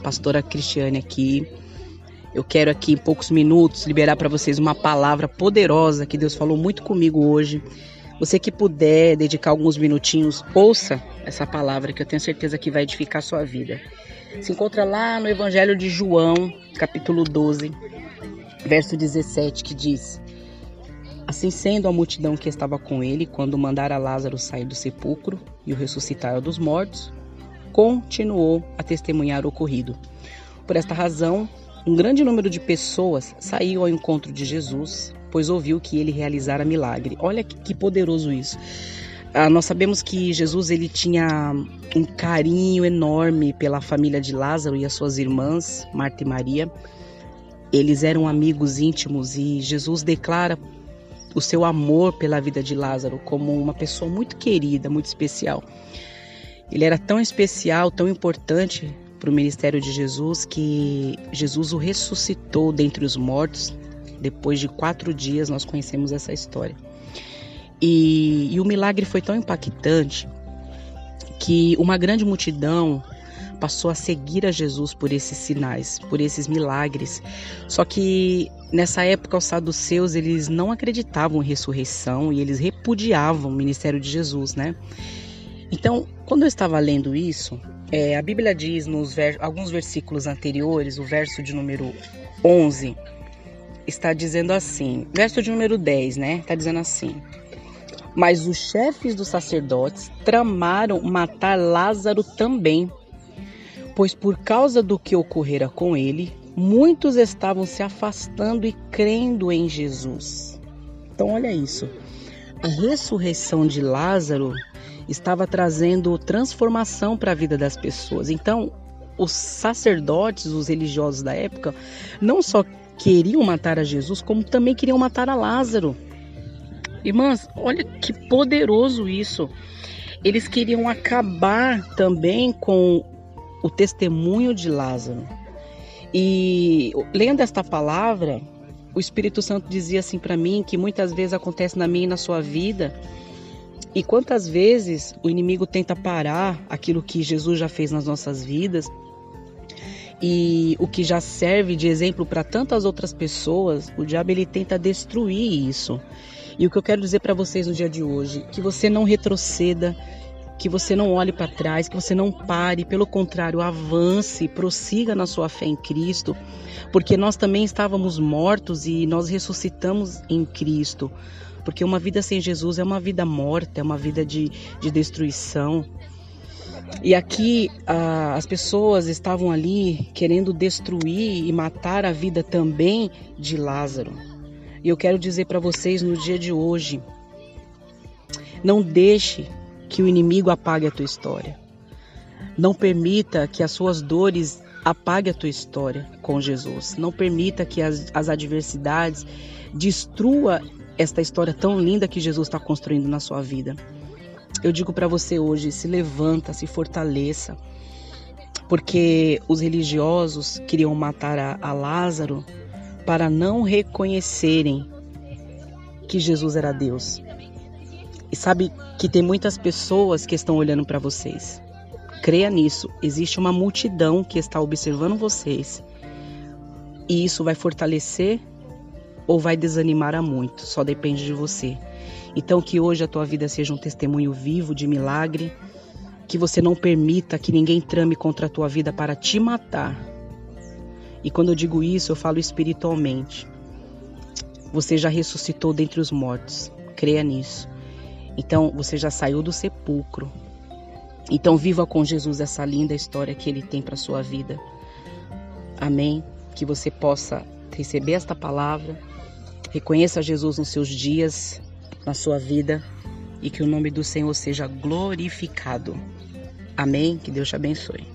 pastora Cristiane aqui. Eu quero aqui em poucos minutos liberar para vocês uma palavra poderosa que Deus falou muito comigo hoje. Você que puder dedicar alguns minutinhos, ouça essa palavra que eu tenho certeza que vai edificar a sua vida. Se encontra lá no Evangelho de João, capítulo 12, verso 17, que diz: Assim sendo, a multidão que estava com ele, quando mandara Lázaro sair do sepulcro e o ressuscitar dos mortos, continuou a testemunhar o ocorrido. Por esta razão, um grande número de pessoas saiu ao encontro de Jesus, pois ouviu que ele realizara milagre. Olha que poderoso isso. Nós sabemos que Jesus ele tinha um carinho enorme pela família de Lázaro e as suas irmãs, Marta e Maria. Eles eram amigos íntimos e Jesus declara o seu amor pela vida de Lázaro como uma pessoa muito querida, muito especial. Ele era tão especial, tão importante para o ministério de Jesus, que Jesus o ressuscitou dentre os mortos. Depois de 4 dias nós conhecemos essa história. E o milagre foi tão impactante que uma grande multidão passou a seguir a Jesus por esses sinais, por esses milagres. Só que nessa época os saduceus eles não acreditavam em ressurreição e eles repudiavam o ministério de Jesus, né? Então, quando eu estava lendo isso, a Bíblia diz nos alguns versículos anteriores, o verso de número 11, está dizendo assim, verso de número 10, né? Está dizendo assim: Mas os chefes dos sacerdotes tramaram matar Lázaro também, pois por causa do que ocorrera com ele, muitos estavam se afastando e crendo em Jesus. Então olha isso, a ressurreição de Lázaro estava trazendo transformação para a vida das pessoas. Então os sacerdotes, os religiosos da época, não só queriam matar a Jesus, como também queriam matar a Lázaro. Irmãs, olha que poderoso isso. Eles queriam acabar também com o testemunho de Lázaro. E lendo esta palavra, o Espírito Santo dizia assim para mim, que muitas vezes acontece na minha e na sua vida. E quantas vezes o inimigo tenta parar aquilo que Jesus já fez nas nossas vidas, e o que já serve de exemplo para tantas outras pessoas, o diabo ele tenta destruir isso. E o que eu quero dizer para vocês no dia de hoje, que você não retroceda, que você não olhe para trás, que você não pare, pelo contrário, avance, prossiga na sua fé em Cristo, porque nós também estávamos mortos e nós ressuscitamos em Cristo, porque uma vida sem Jesus é uma vida morta, é uma vida de destruição. E aqui as pessoas estavam ali querendo destruir e matar a vida também de Lázaro. E eu quero dizer para vocês no dia de hoje, não deixe que o inimigo apague a tua história. Não permita que as suas dores apaguem a tua história com Jesus. Não permita que as adversidades destruam esta história tão linda que Jesus está construindo na sua vida. Eu digo para você hoje, se levanta, se fortaleça, porque os religiosos queriam matar a Lázaro para não reconhecerem que Jesus era Deus. E sabe que tem muitas pessoas que estão olhando para vocês. Creia nisso, existe uma multidão que está observando vocês. E isso vai fortalecer ou vai desanimar a muito, só depende de você. Então que hoje a tua vida seja um testemunho vivo de milagre, que você não permita que ninguém trame contra a tua vida para te matar. E quando eu digo isso, eu falo espiritualmente. Você já ressuscitou dentre os mortos, creia nisso. Então você já saiu do sepulcro. Então viva com Jesus essa linda história que Ele tem para a sua vida. Amém? Que você possa receber esta palavra, reconheça Jesus nos seus dias, na sua vida, e que o nome do Senhor seja glorificado. Amém? Que Deus te abençoe.